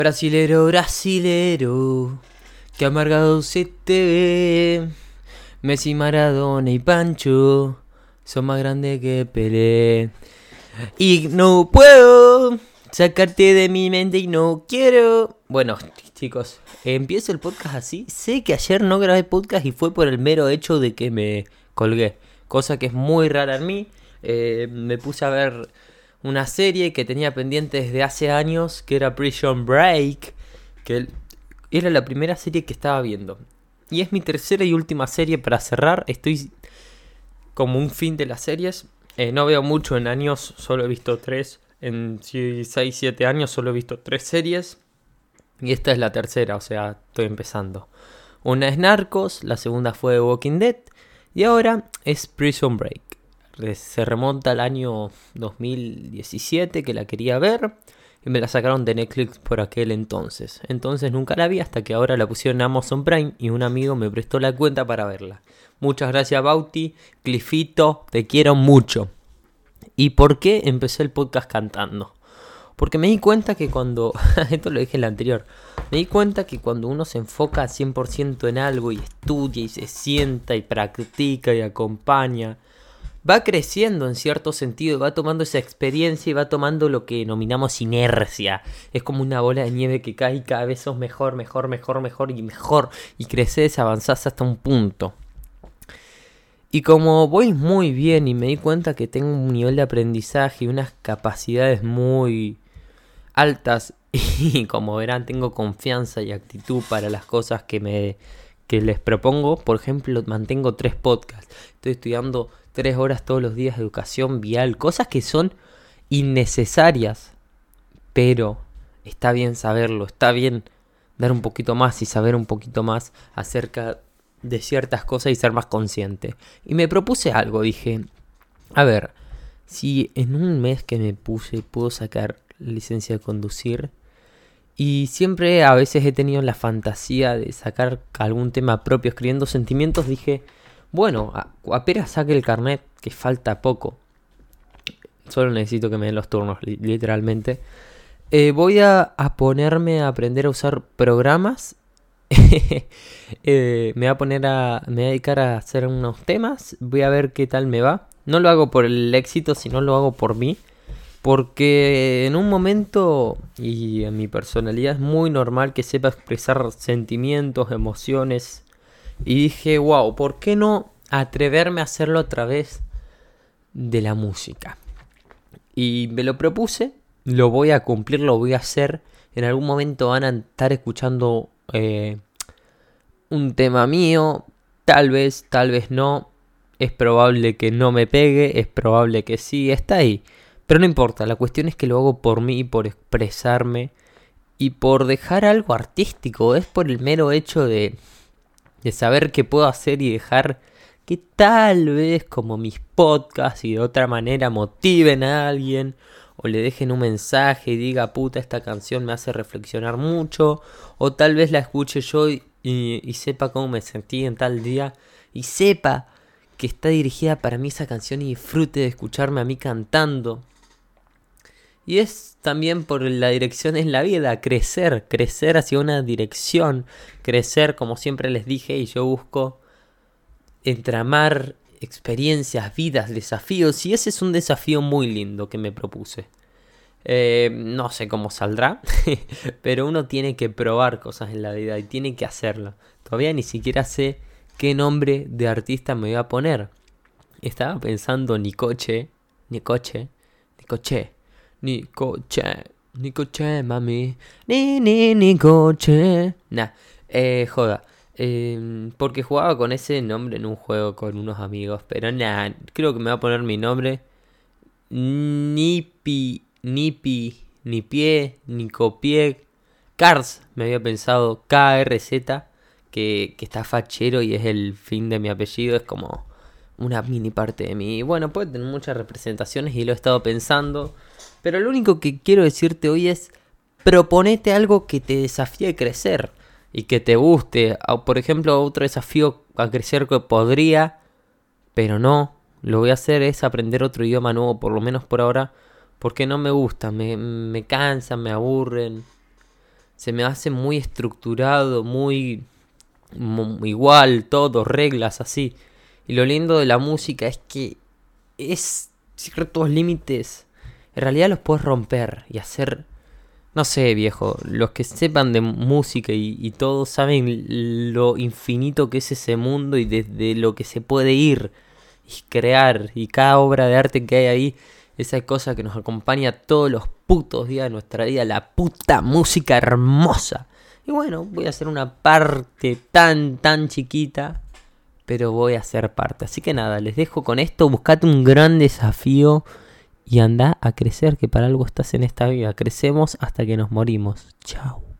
Brasilero, brasilero, que amargado se te ve. Messi, Maradona y Pancho son más grandes que Pelé. Y no puedo sacarte de mi mente y no quiero. Bueno, chicos, empiezo el podcast así. Sé que ayer no grabé podcast y fue por el mero hecho de que me colgué. Cosa que es muy rara en mí. Me puse a ver una serie que tenía pendiente desde hace años, que era Prison Break, que era la primera serie que estaba viendo. Y es mi tercera y última serie para cerrar. Estoy como un fin de las series. No veo mucho en años, solo he visto 3. En 6-7 años solo he visto 3 series. Y esta es la tercera, o sea, estoy empezando. Una es Narcos, la segunda fue Walking Dead. Y ahora es Prison Break. Se remonta al año 2017 que la quería ver. Y me la sacaron de Netflix por aquel entonces. Entonces nunca la vi hasta que ahora la pusieron en Amazon Prime y un amigo me prestó la cuenta para verla. Muchas gracias, Bauti. Clifito, te quiero mucho. ¿Y por qué empecé el podcast cantando? Porque me di cuenta que cuando... esto lo dije en la anterior. Me di cuenta que cuando uno se enfoca 100% en algo y estudia y se sienta y practica y acompaña, va creciendo en cierto sentido, va tomando esa experiencia y va tomando lo que denominamos inercia. Es como una bola de nieve que cae y cada vez sos mejor y mejor. Y creces, avanzás hasta un punto. Y como voy muy bien y me di cuenta que tengo un nivel de aprendizaje y unas capacidades muy altas, y como verán tengo confianza y actitud para las cosas que les propongo. Por ejemplo, mantengo 3 podcasts. Estoy estudiando 3 horas todos los días de educación vial. Cosas que son innecesarias, pero está bien saberlo. Está bien dar un poquito más y saber un poquito más acerca de ciertas cosas y ser más consciente. Y me propuse algo. Dije, a ver, si en un mes que me puse puedo sacar la licencia de conducir. Y siempre a veces he tenido la fantasía de sacar algún tema propio escribiendo sentimientos. Dije, bueno, apenas saque el carnet, que falta poco. Solo necesito que me den los turnos, literalmente. Voy a ponerme a aprender a usar programas. Me voy a dedicar a hacer unos temas. Voy a ver qué tal me va. No lo hago por el éxito, sino lo hago por mí. Porque en un momento, y en mi personalidad es muy normal que sepa expresar sentimientos, emociones. Y dije, wow, ¿por qué no atreverme a hacerlo a través de la música? Y me lo propuse, lo voy a cumplir, lo voy a hacer. En algún momento van a estar escuchando un tema mío, tal vez no. Es probable que no me pegue, es probable que sí, está ahí. Pero no importa, la cuestión es que lo hago por mí, por expresarme y por dejar algo artístico. Es por el mero hecho de saber qué puedo hacer y dejar que tal vez como mis podcasts y de otra manera motiven a alguien o le dejen un mensaje y diga, puta, esta canción me hace reflexionar mucho, o tal vez la escuche yo y sepa cómo me sentí en tal día y sepa que está dirigida para mí esa canción y disfrute de escucharme a mí cantando. Y es también por la dirección en la vida, crecer hacia una dirección, crecer como siempre les dije, y yo busco entramar experiencias, vidas, desafíos, y ese es un desafío muy lindo que me propuse. No sé cómo saldrá, pero uno tiene que probar cosas en la vida y tiene que hacerlo. Todavía ni siquiera sé qué nombre de artista me voy a poner. Estaba pensando Nicoche, mami. Nicoche. Joda. Porque jugaba con ese nombre en un juego con unos amigos. Pero creo que me voy a poner mi nombre. Nipi, Nicopie. Cars, me había pensado. KRZ. Que está fachero y es el fin de mi apellido. Es como una mini parte de mí. Bueno, puede tener muchas representaciones y lo he estado pensando. Pero lo único que quiero decirte hoy es: proponete algo que te desafíe a crecer y que te guste. Por ejemplo, otro desafío a crecer que podría, pero no, lo voy a hacer es aprender otro idioma nuevo, por lo menos por ahora, porque no me gusta, me cansan, me aburren. se me hace muy estructurado, muy igual, todo, reglas así. Y lo lindo de la música es que es ciertos límites, en realidad los puedes romper y hacer, no sé, viejo, los que sepan de música y todos saben lo infinito que es ese mundo y desde lo que se puede ir y crear, y cada obra de arte que hay ahí, esa cosa que nos acompaña todos los putos días de nuestra vida, la puta música hermosa. Y bueno, voy a hacer una parte tan chiquita, pero voy a ser parte. Así que nada, les dejo con esto. Buscate un gran desafío y anda a crecer, que para algo estás en esta vida. Crecemos hasta que nos morimos. Chao.